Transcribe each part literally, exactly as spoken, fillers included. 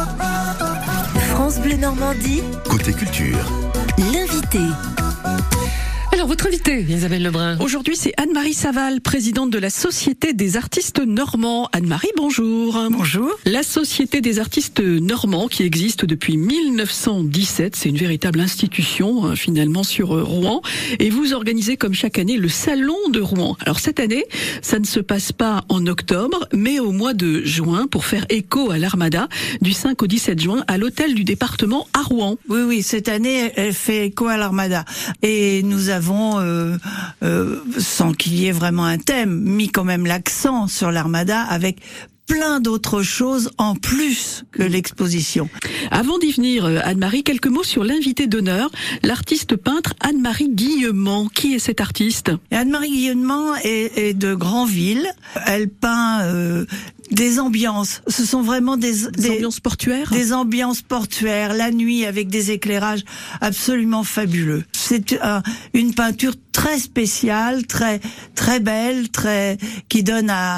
France Bleu Normandie, Côté culture. l'invité. Alors, votre invitée, Isabelle Lebrun. Aujourd'hui, c'est Anne-Marie Saval, présidente de la Société des artistes normands. Anne-Marie, bonjour. Bonjour. La Société des artistes normands qui existe depuis mille neuf cent dix-sept, c'est une véritable institution hein, finalement sur euh, Rouen. Et vous organisez comme chaque année le Salon de Rouen. Alors cette année, ça ne se passe pas en octobre, mais au mois de juin pour faire écho à l'Armada du cinq au dix-sept juin à l'hôtel du département à Rouen. Oui, oui, cette année, elle fait écho à l'Armada. Et nous avons, euh, euh, sans qu'il y ait vraiment un thème, mis quand même l'accent sur l'Armada avec plein d'autres choses en plus que l'exposition. Avant d'y venir, Anne-Marie, quelques mots sur l'invité d'honneur, l'artiste peintre Anne-Marie Guillemant. Qui est cette artiste ? Anne-Marie Guillemant est, est de Granville. Elle peint euh, des ambiances. Ce sont vraiment des, Des, des ambiances portuaires ? Des ambiances portuaires, la nuit avec des éclairages absolument fabuleux. C'est un, une peinture très spéciale, très très belle, très qui donne à,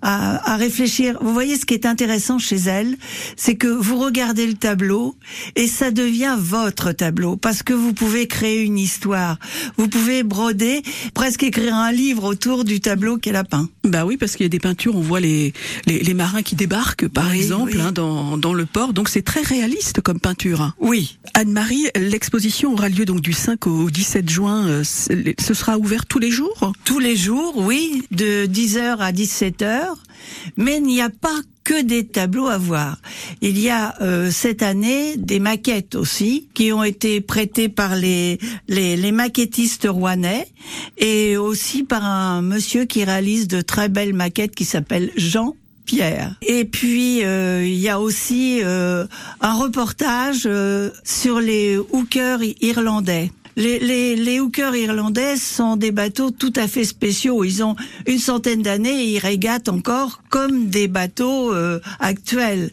à à réfléchir. Vous voyez, ce qui est intéressant chez elle, c'est que vous regardez le tableau et ça devient votre tableau parce que vous pouvez créer une histoire. Vous pouvez broder, presque écrire un livre autour du tableau qu'elle a peint. Bah oui, parce qu'il y a des peintures, on voit les les, les marins qui débarquent, par Oui, exemple, oui. hein, dans dans le port. Donc c'est très réaliste comme peinture. Oui. Anne-Marie, l'exposition aura lieu donc du cinq au dix-sept juin. Euh, ce sera ouvert tous les jours ? Tous les jours, oui, de dix heures à dix-sept heures. Mais il n'y a pas que des tableaux à voir. Il y a euh, cette année des maquettes aussi qui ont été prêtées par les, les les maquettistes rouennais et aussi par un monsieur qui réalise de très belles maquettes qui s'appelle Jean Pierre. Et puis euh, il y a aussi euh, un reportage euh, sur les hookers irlandais. Les, les, les hookers irlandais sont des bateaux tout à fait spéciaux. Ils ont une centaine d'années et ils régatent encore comme des bateaux euh, actuels.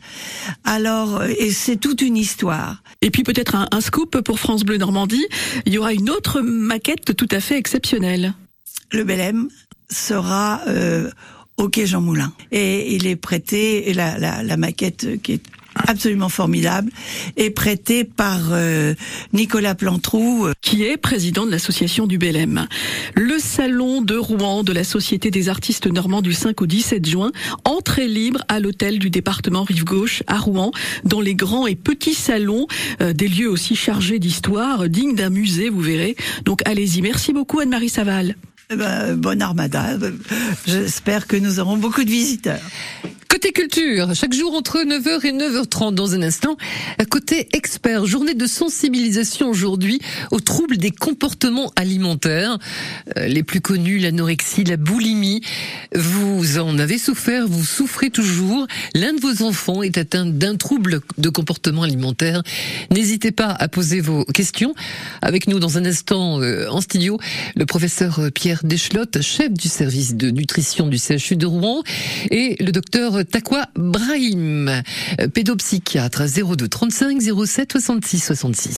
Alors, et c'est toute une histoire. Et puis peut-être un, un scoop pour France Bleu Normandie. Il y aura une autre maquette tout à fait exceptionnelle. Le Belém sera euh, au quai Jean Moulin. Et il est prêté, et la, la, la maquette qui est absolument formidable, est prêtée par euh, Nicolas Plantrou, qui est président de l'association du Belém. Le salon de Rouen de la Société des artistes normands du cinq au dix-sept juin, entrée libre à l'hôtel du département Rive-Gauche à Rouen, dans les grands et petits salons, euh, des lieux aussi chargés d'histoire, dignes d'un musée, vous verrez. Donc allez-y. Merci beaucoup Anne-Marie Saval. Eh ben, bonne Armada. J'espère que nous aurons beaucoup de visiteurs. Côté culture, chaque jour entre neuf heures et neuf heures trente dans un instant. Côté expert, journée de sensibilisation aujourd'hui aux troubles des comportements alimentaires. Euh, les plus connus, l'anorexie, la boulimie. Vous en avez souffert, vous souffrez toujours. L'un de vos enfants est atteint d'un trouble de comportement alimentaire. N'hésitez pas à poser vos questions. Avec nous dans un instant euh, en studio, le professeur Pierre Deschlotte, chef du service de nutrition du C H U de Rouen, et le docteur Takwa Brahim, pédopsychiatre, zéro deux trente-cinq zéro sept soixante-six soixante-six.